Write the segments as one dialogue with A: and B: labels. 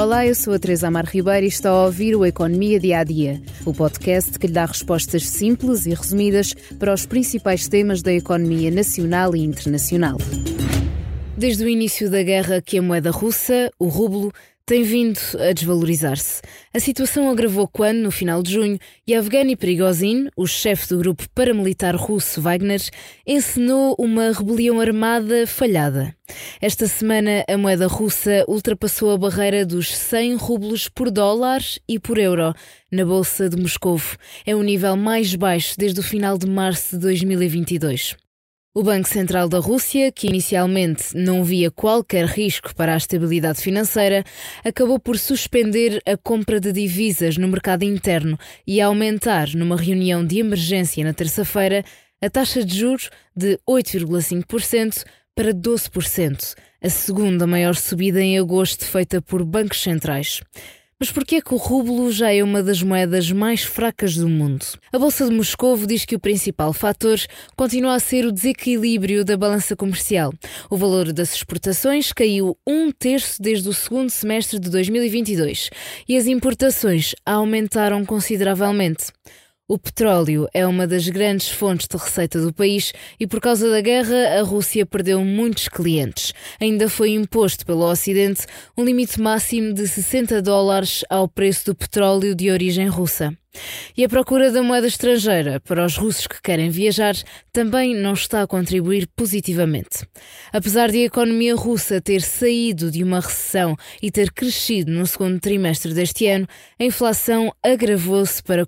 A: Olá, eu sou a Teresa Amar Ribeiro e está a ouvir o Economia Dia a Dia, o podcast que lhe dá respostas simples e resumidas para os principais temas da economia nacional e internacional. Desde o início da guerra que a moeda russa, o rublo, tem vindo a desvalorizar-se. A situação agravou quando, no final de junho, Yevgeny Prigozhin, o chefe do grupo paramilitar russo Wagner, encenou uma rebelião armada falhada. Esta semana, a moeda russa ultrapassou a barreira dos 100 rublos por dólar e por euro na Bolsa de Moscovo. É o nível mais baixo desde o final de março de 2022. O Banco Central da Rússia, que inicialmente não via qualquer risco para a estabilidade financeira, acabou por suspender a compra de divisas no mercado interno e a aumentar, numa reunião de emergência na terça-feira, a taxa de juros de 8,5% para 12%, a segunda maior subida em agosto feita por bancos centrais. Mas porquê é que o rublo já é uma das moedas mais fracas do mundo? A Bolsa de Moscovo diz que o principal fator continua a ser o desequilíbrio da balança comercial. O valor das exportações caiu 1/3 desde o segundo semestre de 2022 e as importações aumentaram consideravelmente. O petróleo é uma das grandes fontes de receita do país e, por causa da guerra, a Rússia perdeu muitos clientes. Ainda foi imposto pelo Ocidente um limite máximo de $60 ao preço do petróleo de origem russa. E a procura da moeda estrangeira para os russos que querem viajar também não está a contribuir positivamente. Apesar de a economia russa ter saído de uma recessão e ter crescido no segundo trimestre deste ano, a inflação agravou-se para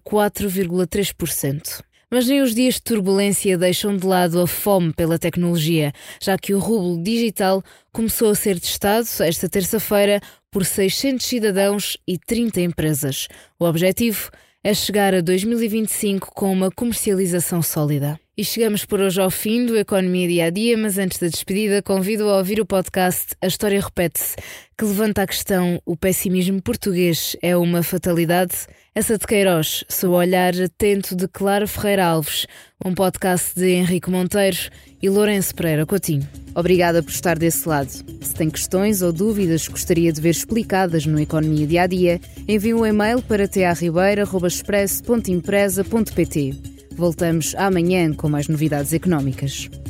A: 4,3%. Mas nem os dias de turbulência deixam de lado a fome pela tecnologia, já que o rublo digital começou a ser testado esta terça-feira por 600 cidadãos e 30 empresas. O objetivo é chegar a 2025 com uma comercialização sólida. E chegamos por hoje ao fim do Economia Dia a Dia, mas antes da despedida convido a ouvir o podcast A História Repete-se, que levanta a questão: o pessimismo português é uma fatalidade? Essa de Queiroz, sob o olhar atento de Clara Ferreira Alves, um podcast de Henrique Monteiro e Lourenço Pereira Coutinho. Obrigada por estar desse lado. Se tem questões ou dúvidas que gostaria de ver explicadas no Economia Dia a Dia, envie um e-mail para tearibeira@expresso.empresa.pt. Voltamos amanhã com mais novidades económicas.